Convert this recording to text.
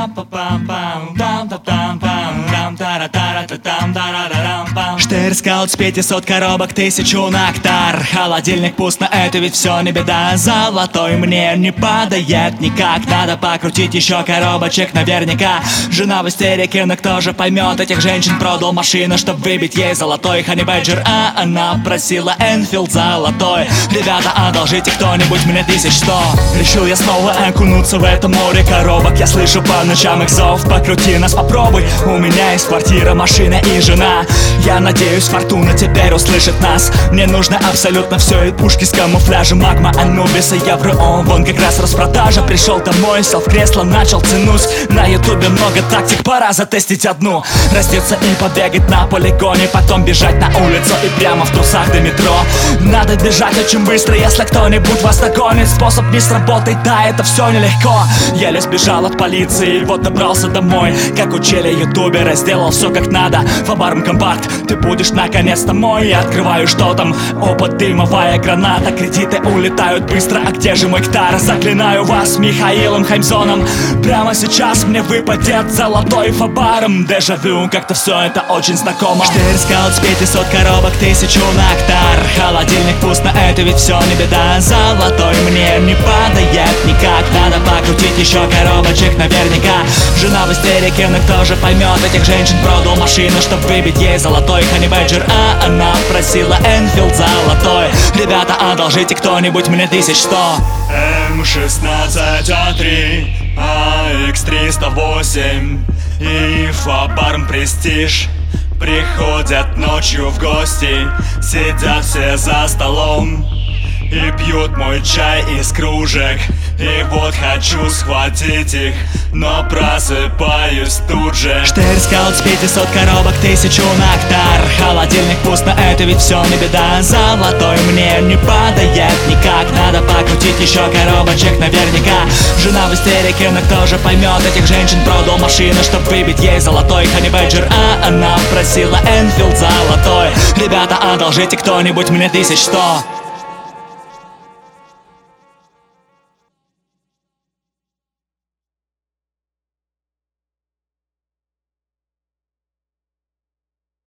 Штырь скаут с 500 коробок, 1000 нектар. Холодильник пуст, но это ведь все не беда. Золотой мне не падает никак. Надо покрутить еще коробочек наверняка. Жена в истерике, но кто же поймет этих женщин? Продал машину, чтоб выбить ей золотой Honey Badger, а она просила Энфилд золотой. Ребята, одолжите кто-нибудь мне 1100. Решил я снова окунуться в это море коробок. Я слышу по ночам их зов: покрути нас, попробуй. У меня есть квартира, машина и жена. Я надеюсь, фортуна теперь услышит нас. Мне нужно абсолютно все, и пушки с камуфляжем. Магма Анубиса, Евроон, вон как раз распродажа. Пришел домой, сел в кресло, начал тянуть. На ютубе много тактик, пора затестить одну. Раздеться и побегать на полигоне, потом бежать на улицу и прямо в трусах до метро. Надо бежать очень быстро, если кто-нибудь вас догонит. Способ не сработает, да, это все нелегко. Еле сбежал от полиции, и вот добрался домой. Как учили ютуберы, сделал все как надо. Фабарм компакт, ты будешь наконец-то мой. Я открываю, что там, опыт, дымовая граната. Кредиты улетают быстро, а где же мой ктар? Заклинаю вас Михаилом Хаймзоном, прямо сейчас мне выпадет золотой фабарм. Дежавю, как-то все это очень знакомо. Штырь скаут с 500 коробок, 1000 нектар. Холодильник пуст, но это ведь все не беда. Золотой мне не падает никак. Надо покрутить еще коробочек наверняка. Жена в истерике, но кто же поймет этих женщин? Продал машину, чтоб выбить ей золотой Honey Badger, а она просила Энфилд золотой. Ребята, одолжите кто-нибудь мне 1100. М16А3, АХ308 и Фабарм Престиж приходят ночью в гости. Сидят все за столом и пьют мой чай из кружек. И вот хочу схватить их, но просыпаюсь тут же. Штырь скаут с 500 коробок, 1000 нектар. Холодильник пуст, но это ведь все не беда. Золотой мне не падает никак. Надо покрутить еще коробочек наверняка. Жена в истерике, но кто же поймет этих женщин? Продал машину, чтоб выбить ей золотой Honey Badger, а она просила Энфилд золотой. Ребята, одолжите кто-нибудь мне 1100.